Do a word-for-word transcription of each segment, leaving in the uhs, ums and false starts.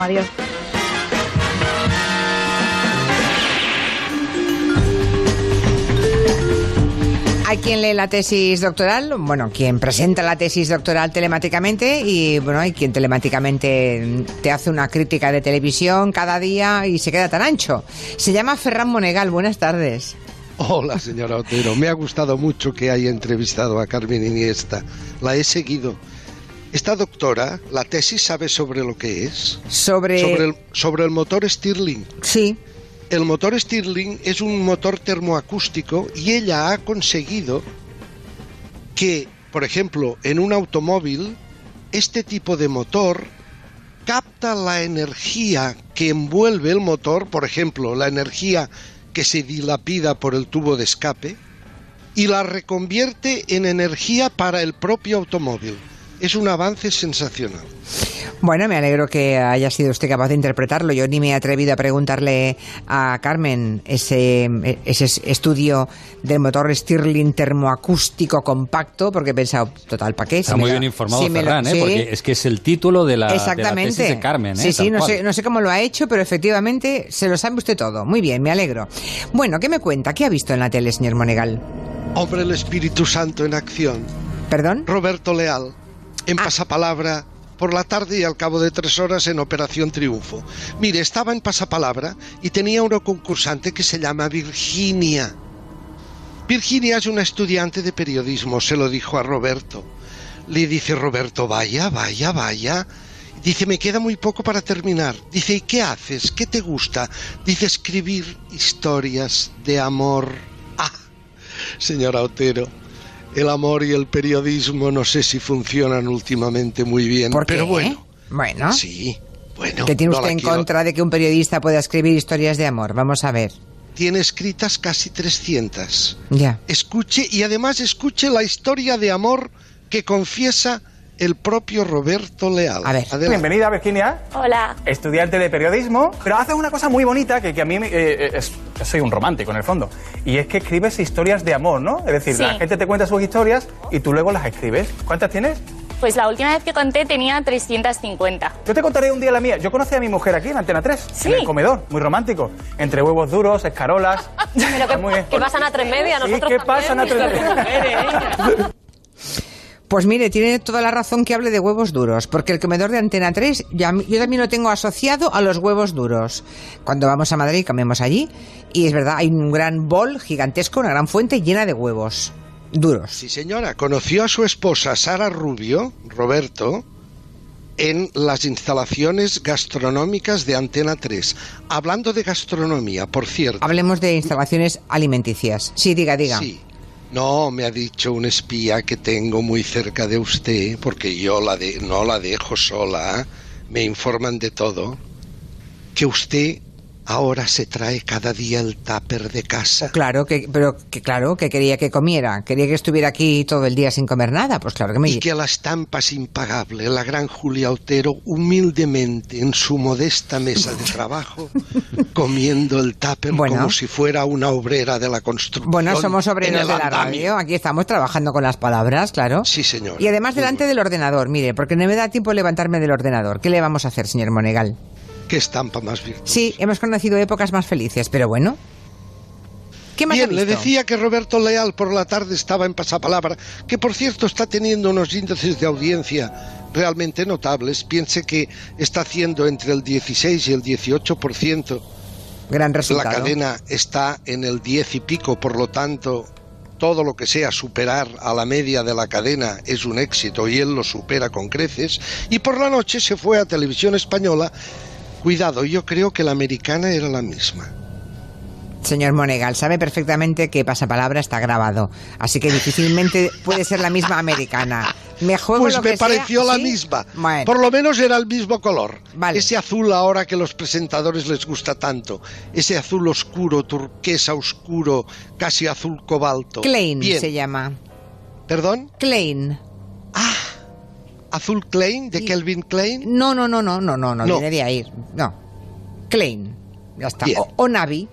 Adiós. Hay quien lee la tesis doctoral, bueno, quien presenta la tesis doctoral telemáticamente y, bueno, hay quien telemáticamente te hace una crítica de televisión cada día y se queda tan ancho. Se llama Ferran Monegal. Buenas tardes. Hola, señora Otero. Me ha gustado mucho que haya entrevistado a Carmen Iniesta. La he seguido. Esta doctora, la tesis, ¿sabe sobre lo que es? Sobre... Sobre el, sobre el motor Stirling. Sí. El motor Stirling es un motor termoacústico y ella ha conseguido que, por ejemplo, en un automóvil, este tipo de motor capta la energía que envuelve el motor, por ejemplo, la energía que se dilapida por el tubo de escape, y la reconvierte en energía para el propio automóvil. Es un avance sensacional. Bueno, me alegro que haya sido usted capaz de interpretarlo. Yo ni me he atrevido a preguntarle a Carmen ese, ese estudio del motor Stirling termoacústico compacto, porque he pensado, total, ¿para qué? Está si muy bien informado, si Ferran, lo, ¿eh? ¿sí? Porque es que es el título de la, de la tesis de Carmen. ¿eh? Sí, sí, no sé, no sé cómo lo ha hecho, pero efectivamente se lo sabe usted todo. Muy bien, me alegro. Bueno, ¿qué me cuenta? ¿Qué ha visto en la tele, señor Monegal? Hombre, el Espíritu Santo en acción. ¿Perdón? Roberto Leal, en ah. Pasapalabra, por la tarde y al cabo de tres horas en Operación Triunfo. Mire, estaba en Pasapalabra y tenía una concursante que se llama Virginia. Virginia es una estudiante de periodismo, se lo dijo a Roberto. Le dice Roberto, vaya, vaya, vaya. Dice, me queda muy poco para terminar. Dice, ¿y qué haces? ¿Qué te gusta? Dice, escribir historias de amor. Ah, señora Otero. El amor y el periodismo no sé si funcionan últimamente muy bien. ¿Por qué? Pero bueno. Bueno. Sí, bueno. ¿Qué tiene usted no en quiero... contra de que un periodista pueda escribir historias de amor? Vamos a ver. Tiene escritas casi trescientas. Ya. Escuche, y además escuche la historia de amor que confiesa el propio Roberto Leal. A ver. Adelante. Bienvenida, Virginia. Hola. Estudiante de periodismo, pero haces una cosa muy bonita que, que a mí eh, es, soy un romántico en el fondo. Y es que escribes historias de amor, ¿no? Es decir, sí. La gente te cuenta sus historias y tú luego las escribes. ¿Cuántas tienes? Pues la última vez que conté tenía trescientas cincuenta. Yo te contaré un día la mía. Yo conocí a mi mujer aquí en Antena tres, ¿sí? En el comedor, muy romántico. Entre huevos duros, escarolas. Pero que, muy ¿qué pasa en A tres Media? Nosotros sí, ¿qué pasa en A tres Media? Pues mire, tiene toda la razón que hable de huevos duros, porque el comedor de Antena tres, ya, yo también lo tengo asociado a los huevos duros. Cuando vamos a Madrid, comemos allí, y es verdad, hay un gran bol gigantesco, una gran fuente llena de huevos duros. Sí, señora, conoció a su esposa Sara Rubio, Roberto, en las instalaciones gastronómicas de Antena tres. Hablando de gastronomía, por cierto. Hablemos de instalaciones alimenticias. Sí, diga, diga. Sí. No, me ha dicho un espía que tengo muy cerca de usted, porque yo la de, no la dejo sola, me informan de todo, que usted ahora se trae cada día el tupper de casa. Claro, que, pero que claro, que quería que comiera, quería que estuviera aquí todo el día sin comer nada, pues claro que me... Y que la estampa es impagable, la gran Julia Otero, humildemente en su modesta mesa de trabajo, comiendo el tupper bueno, como si fuera una obrera de la construcción. Bueno, somos obreros de la radio, aquí estamos trabajando con las palabras, claro. Sí, señor. Y además delante del ordenador, mire, porque no me da tiempo levantarme del ordenador. ¿Qué le vamos a hacer, señor Monegal? Qué estampa más virtuosa. Sí, hemos conocido épocas más felices, pero bueno. ¿Qué más ha Bien, visto? le decía que Roberto Leal por la tarde estaba en Pasapalabra, que por cierto está teniendo unos índices de audiencia realmente notables. Piense que está haciendo entre el dieciséis y el dieciocho por ciento. Gran resultado. La cadena está en el diez y pico, por lo tanto, todo lo que sea superar a la media de la cadena es un éxito y él lo supera con creces. Y por la noche se fue a Televisión Española. Cuidado, yo creo que la americana era la misma. Señor Monegal, sabe perfectamente que Pasapalabra está grabado, así que difícilmente puede ser la misma americana. Me juego pues lo me que pareció sea, la ¿sí? misma. Bueno. Por lo menos era el mismo color. Vale. Ese azul ahora que los presentadores les gusta tanto. Ese azul oscuro, turquesa oscuro, casi azul cobalto. Klein Bien. se llama. ¿Perdón? Klein. Ah, ¿Azul Klein? ¿De Calvin Klein? No, no, no, no, no, no, no, No. viene de ahí. No. Klein. Ya está. Bien. O, o Navi.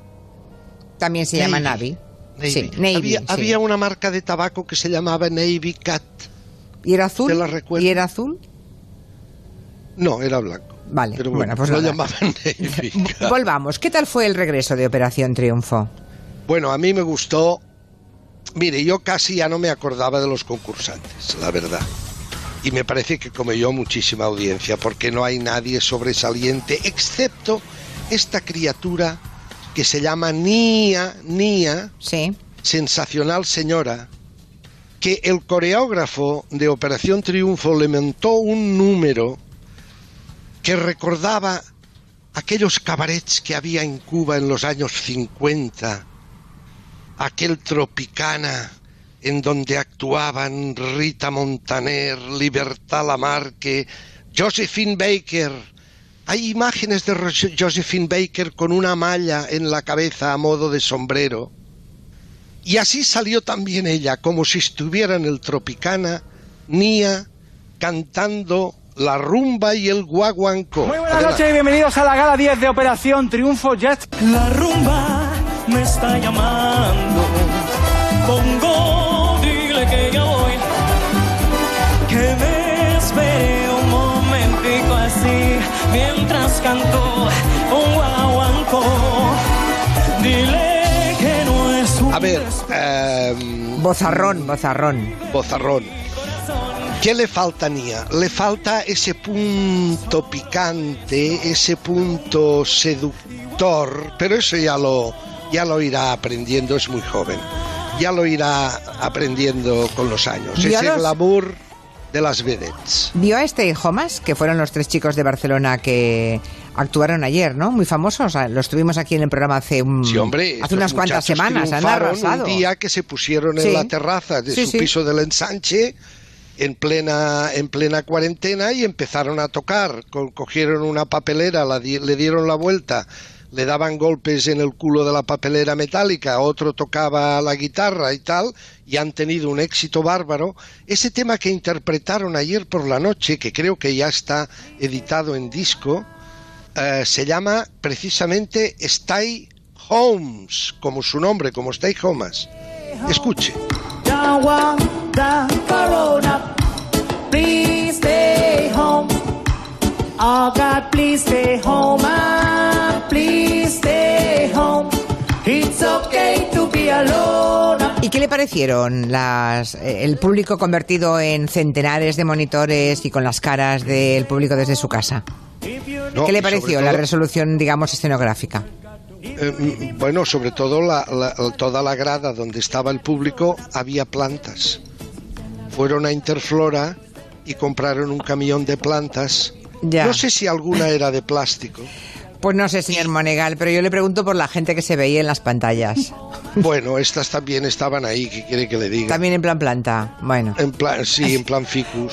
También se llama Navy. Navi. Navy. Sí, Navy. Había, sí. había una marca de tabaco que se llamaba Navy Cat. ¿Y era azul? ¿Te la recuerdas? ¿Y era azul? No, era blanco. Vale, pero bueno, bueno, pues lo nada. llamaban épica. Volvamos, ¿qué tal fue el regreso de Operación Triunfo? Bueno, a mí me gustó. Mire, yo casi ya no me acordaba de los concursantes, la verdad. Y me parece que comió muchísima audiencia, porque no hay nadie sobresaliente, excepto esta criatura que se llama Nia, Nia, sí. Sensacional Señora, que el coreógrafo de Operación Triunfo le montó un número que recordaba aquellos cabarets que había en Cuba en los años cincuenta, aquel Tropicana en donde actuaban Rita Montaner, Libertad Lamarque, Josephine Baker. Hay imágenes de Josephine Baker con una malla en la cabeza a modo de sombrero. Y así salió también ella, como si estuviera en el Tropicana, Nia, cantando la rumba y el guaguancó. Muy buenas noches y bienvenidos a la Gala diez de Operación Triunfo Jet. La rumba me está llamando. Pongo, dile que ya voy. Que me espere un momentico así, mientras canto un guaguancó. Dile que no es un... A ver, eh, Bozarrón, bozarrón. Bozarrón. ¿Qué le falta a Nia? Le falta ese punto picante, ese punto seductor, pero eso ya lo, ya lo irá aprendiendo, es muy joven. Ya lo irá aprendiendo con los años. Ese los... glamour de las vedettes. ¿Vio a Stay Homas, que fueron los tres chicos de Barcelona que actuaron ayer, ¿no? Muy famosos. Los tuvimos aquí en el programa hace, un, sí, hombre, hace unas cuantas semanas. Han arrasado. Un día que se pusieron sí. en la terraza de sí, su sí. piso del Ensanche en plena en plena cuarentena y empezaron a tocar. Co- cogieron una papelera, la di- le dieron la vuelta, le daban golpes en el culo de la papelera metálica, otro tocaba la guitarra y tal, y han tenido un éxito bárbaro. Ese tema que interpretaron ayer por la noche, que creo que ya está editado en disco, eh, se llama precisamente Stay Homes, como su nombre, como Stay Homes. Escuche. Corona, please stay home. Oh God, please stay home. Ah, please stay home. It's okay to be alone. ¿Y qué le parecieron las, el público convertido en centenares de monitores y con las caras del público desde su casa? No, ¿Qué le pareció todo, la resolución, digamos, escenográfica? Eh, bueno, sobre todo la, la, toda la grada donde estaba el público había plantas. Fueron a Interflora y compraron un camión de plantas. Ya. No sé si alguna era de plástico. Pues no sé, señor Monegal, pero yo le pregunto por la gente que se veía en las pantallas. Bueno, estas también estaban ahí, ¿qué quiere que le diga? También en plan planta, bueno. En plan, sí, en plan ficus.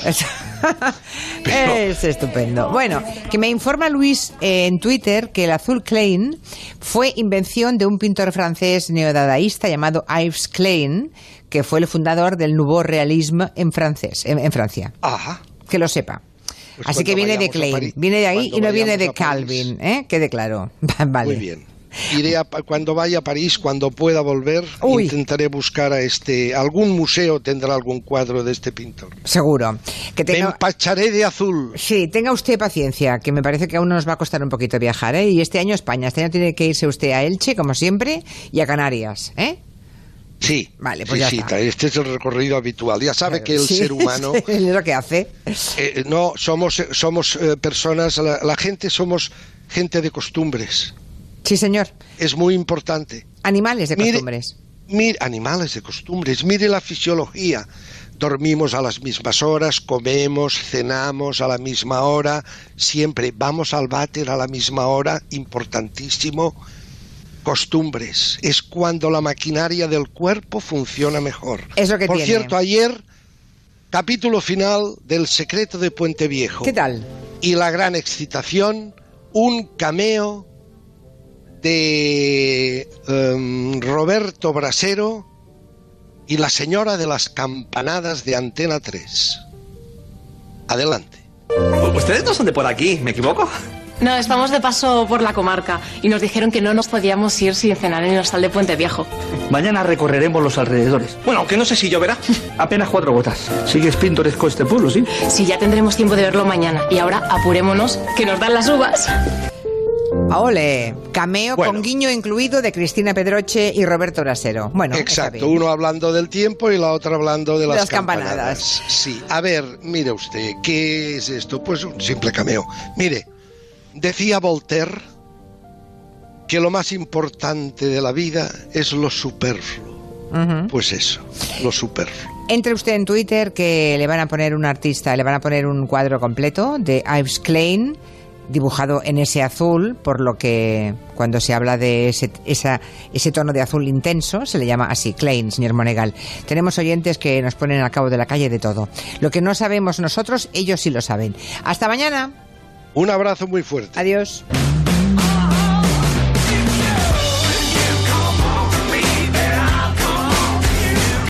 Pero... Es estupendo. Bueno, que me informa Luis eh, en Twitter que el azul Klein fue invención de un pintor francés neodadaísta llamado Yves Klein, que fue el fundador del Nouveau Realisme en, francés, en, en Francia. Ajá. Que lo sepa. Pues así que viene de Klein, viene de ahí y no viene de Calvin, ¿eh? Quede claro. Vale. Muy bien. Iré a, cuando vaya a París, cuando pueda volver, Uy. intentaré buscar a este, algún museo tendrá algún cuadro de este pintor. Seguro. Que tenga... Me empacharé de azul. Sí, tenga usted paciencia, que me parece que aún nos va a costar un poquito viajar, ¿eh? Y este año España, este año tiene que irse usted a Elche, como siempre, y a Canarias, ¿eh? Sí, vale, pues sí, ya sí, está. Este es el recorrido habitual. Ya sabe que el sí, ser humano... es lo que hace. Eh, no, somos, somos eh, personas, la, la gente somos gente de costumbres. Sí, señor. Es muy importante. Animales de Mire, costumbres. Mire, animales de costumbres. Mire la fisiología. Dormimos a las mismas horas, comemos, cenamos a la misma hora, siempre vamos al váter a la misma hora, importantísimo. Costumbres. Es cuando la maquinaria del cuerpo funciona mejor. Eso que Por tiene. cierto, ayer, capítulo final del Secreto de Puente Viejo. ¿Qué tal? Y la gran excitación, un cameo de um, Roberto Brasero y la señora de las campanadas de Antena tres. Adelante. ¿Ustedes no son de por aquí? ¿Me equivoco? No, estamos de paso por la comarca y nos dijeron que no nos podíamos ir sin cenar en el hostal de Puente Viejo. Mañana recorreremos los alrededores. Bueno, aunque no sé si lloverá. Apenas cuatro gotas. Sigues pintoresco este pueblo, ¿sí? Sí, ya tendremos tiempo de verlo mañana. Y ahora apurémonos, que nos dan las uvas. ¡Ole! Cameo bueno. con guiño incluido de Cristina Pedroche y Roberto Brasero. Bueno, exacto, uno hablando del tiempo y la otra hablando de las, las campanadas. campanadas. Sí, a ver, mire usted, ¿qué es esto? Pues un simple cameo. Mire, decía Voltaire que lo más importante de la vida es lo superfluo. Uh-huh. Pues eso, lo superfluo. Entre usted en Twitter que le van a poner un artista, le van a poner un cuadro completo de Yves Klein, dibujado en ese azul, por lo que cuando se habla de ese, esa, ese tono de azul intenso, se le llama así, Klein, señor Monegal. Tenemos oyentes que nos ponen al cabo de la calle de todo. Lo que no sabemos nosotros, ellos sí lo saben. Hasta mañana. Un abrazo muy fuerte. Adiós.